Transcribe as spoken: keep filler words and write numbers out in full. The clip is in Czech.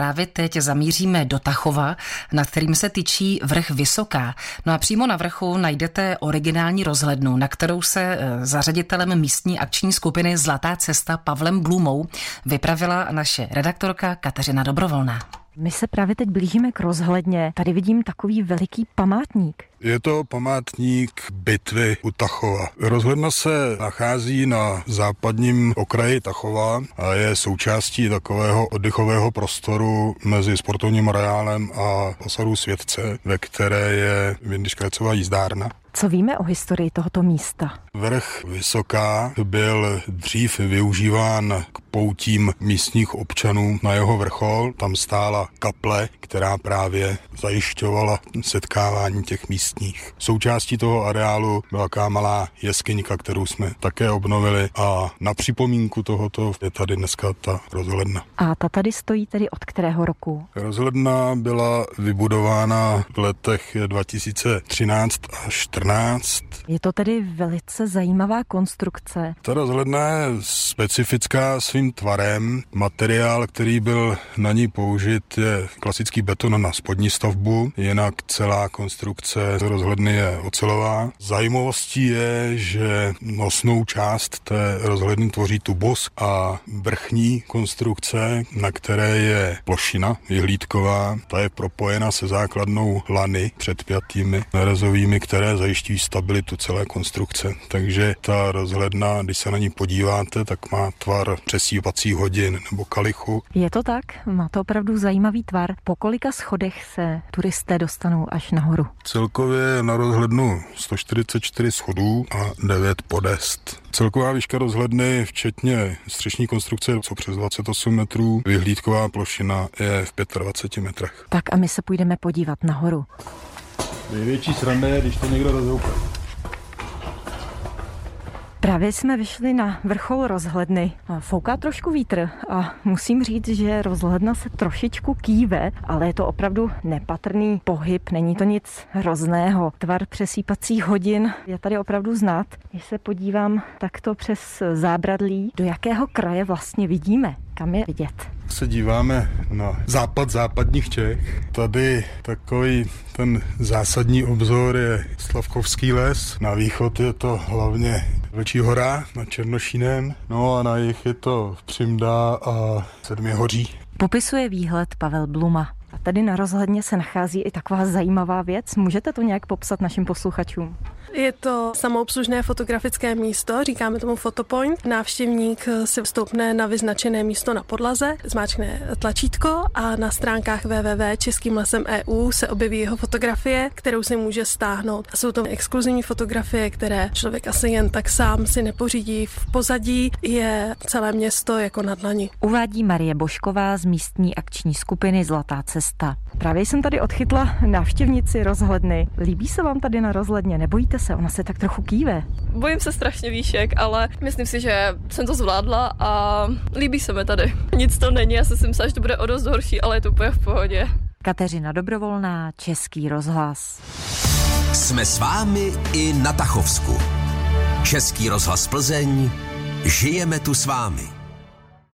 právě teď zamíříme do Tachova, nad kterým se tyčí vrch Vysoká. No a přímo na vrchu najdete originální rozhlednu, na kterou se za ředitelem místní akční skupiny Zlatá cesta Pavlem Blumou vypravila naše redaktorka Kateřina Dobrovolná. My se právě teď blížíme k rozhledně. Tady vidím takový veliký památník. Je to památník bitvy u Tachova. Rozhledna se nachází na západním okraji Tachova a je součástí takového oddychového prostoru mezi sportovním areálem a osadou Světce, ve které je Windischkreuzová jízdárna. Co víme o historii tohoto místa? Vrch Vysoká byl dřív využíván k poutím místních občanů na jeho vrchol. Tam stála kaple, která právě zajišťovala setkávání těch místních. Součástí toho areálu byla taková malá jeskyňka, kterou jsme také obnovili a na připomínku tohoto je tady dneska ta rozhledna. A ta tady stojí tedy od kterého roku? Rozhledna byla vybudována v letech dva tisíce třináct až čtrnáct. Je to tedy velice zajímavá konstrukce. Ta rozhledna je specifická svým tvarem. Materiál, který byl na ní použit, je klasický beton na spodní stavbu, jinak celá konstrukce rozhledny je ocelová. Zajímavostí je, že nosnou část té rozhledny tvoří tubus a vrchní konstrukce, na které je plošina vyhlídková, ta je propojena se základnou lany předpjatými nerezovými, které zajišťují stabilitu celé konstrukce. Takže ta rozhledna, když se na ní podíváte, tak má tvar přesývací hodin nebo kalichu. Je to tak? Má to opravdu zajímavý tvar. Po kolika schodech se turisté dostanou až nahoru? Celkově je na rozhlednu sto čtyřicet čtyři schodů a devět podest. Celková výška rozhledny, včetně střešní konstrukce, co přes dvacet osm metrů, vyhlídková plošina je v dvaceti pěti metrech. Tak a my se půjdeme podívat nahoru. Největší sranda je, když to někdo rozhoupe. Právě jsme vyšli na vrchol rozhledny. Fouká trošku vítr a musím říct, že rozhledna se trošičku kýve, ale je to opravdu nepatrný pohyb, není to nic hrozného. Tvar přesýpacích hodin je tady opravdu znát. Když se podívám takto přes zábradlí, do jakého kraje vlastně vidíme, kam je vidět. Se díváme na západ západních Čech. Tady takový ten zásadní obzor je Slavkovský les. Na východ je to hlavně Vlčí hora nad Černošínem. No a na jih je to Přimda a Sedmihoří. Popisuje výhled Pavel Bluma. A tady na rozhledně se nachází i taková zajímavá věc. Můžete to nějak popsat našim posluchačům? Je to samoobslužné fotografické místo, říkáme tomu Photopoint. Návštěvník si vstoupne na vyznačené místo na podlaze, zmáčkne tlačítko a na stránkách w w w tečka českým lesem tečka e u se objeví jeho fotografie, kterou si může stáhnout. Jsou to exkluzivní fotografie, které člověk asi jen tak sám si nepořídí. V pozadí je celé město jako na dlani. Uvádí Marie Božková z místní akční skupiny Zlatá cesta. Právě jsem tady odchytla návštěvnici rozhledny. Líbí se vám tady na rozhledně? Nebojíte se? Ona se tak trochu kýve. Bojím se strašně výšek, ale myslím si, že jsem to zvládla a líbí se mi tady. Nic to není, já jsem myslela, že to bude o dost horší, ale je to úplně v pohodě. Kateřina Dobrovolná, Český rozhlas. Jsme s vámi i na Tachovsku. Český rozhlas Plzeň, žijeme tu s vámi.